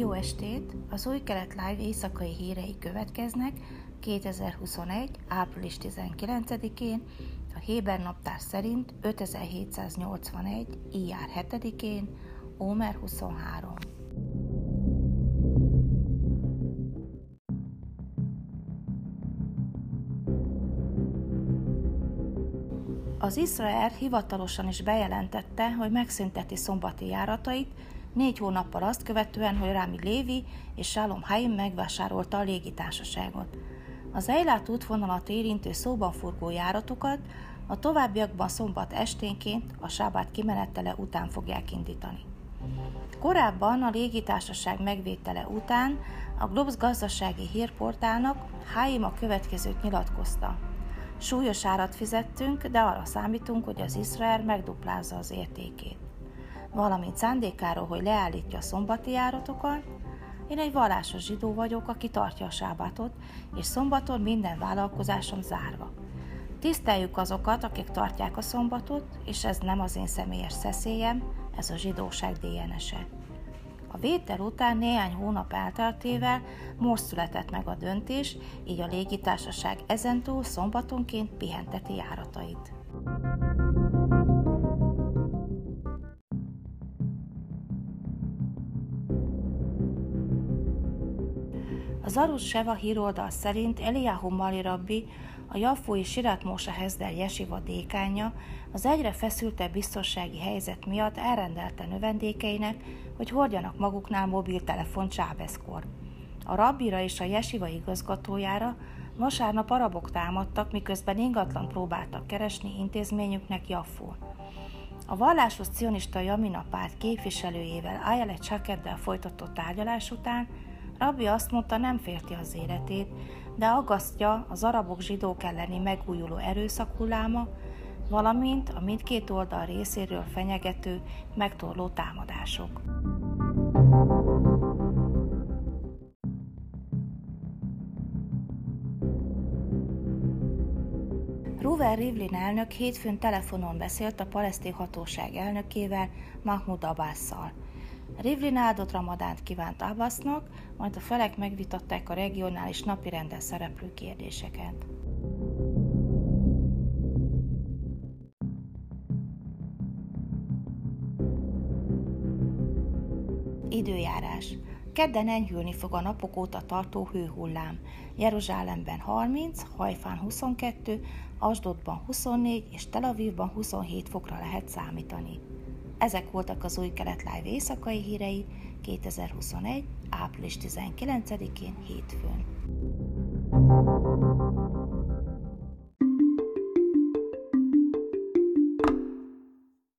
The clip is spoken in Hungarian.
Jó estét! Az Új Kelet Live éjszakai hírei következnek 2021. április 19-én, a Héber naptár szerint 5781. ijár 7-én, Ómer 23. Az Izrael hivatalosan is bejelentette, hogy megszünteti szombati járatait 4 hónappal azt követően, hogy Rami Lévi és Shalom Haim megvásárolta a légitársaságot. Az Eilat útvonalat érintő szóban forgó járatokat a továbbiakban szombat esténként a sábát kimenetele után fogják indítani. Korábban a légitársaság megvétele után a Globus gazdasági hírportálnak Haim a következőt nyilatkozta. Súlyos árat fizettünk, de arra számítunk, hogy az Izrael megduplázza az értékét. Valamint szándékáról, hogy leállítja a szombati járatokat. Én egy vallásos zsidó vagyok, aki tartja a sábátot, és szombaton minden vállalkozásom zárva. Tiszteljük azokat, akik tartják a szombatot, és ez nem az én személyes szeszélyem, ez a zsidóság DNS-e. A vétel után néhány hónap elteltével most született meg a döntés, így a légitársaság ezentúl szombatonként pihenteti járatait. Az Arus Seva híroldal szerint Eliyahu Mali rabbi, a Jafói Sirat Móse Hesder jesiva dékánja az egyre feszültebb biztonsági helyzet miatt elrendelte növendékeinek, hogy hordjanak maguknál mobiltelefont sábeszkor. A rabbira és a jesiva igazgatójára vasárnap arabok támadtak, miközben ingatlan próbáltak keresni intézményüknek Jaffón. A vallásos cionista Jamina párt képviselőjével Ayelet Shakeddel folytatott tárgyalás után Rabbi azt mondta, nem félti az életét, de aggasztja az arabok zsidók elleni megújuló erőszakhulláma, valamint a mindkét oldal részéről fenyegető, megtorló támadások. Reuven Rivlin elnök hétfőn telefonon beszélt a palesztin hatóság elnökével, Mahmoud Abbasszal. Rivlin áldott ramadánt kívánt Abbasnak, majd a felek megvitatták a regionális napirenden szereplő kérdéseket. Időjárás. Kedden enyhülni fog a napok óta tartó hőhullám. Jeruzsálemben 30, Hajfán 22, Asdodban 24 és Tel Avivban 27 fokra lehet számítani. Ezek voltak az Új Kelet Live éjszakai hírei 2021. április 19-én hétfőn.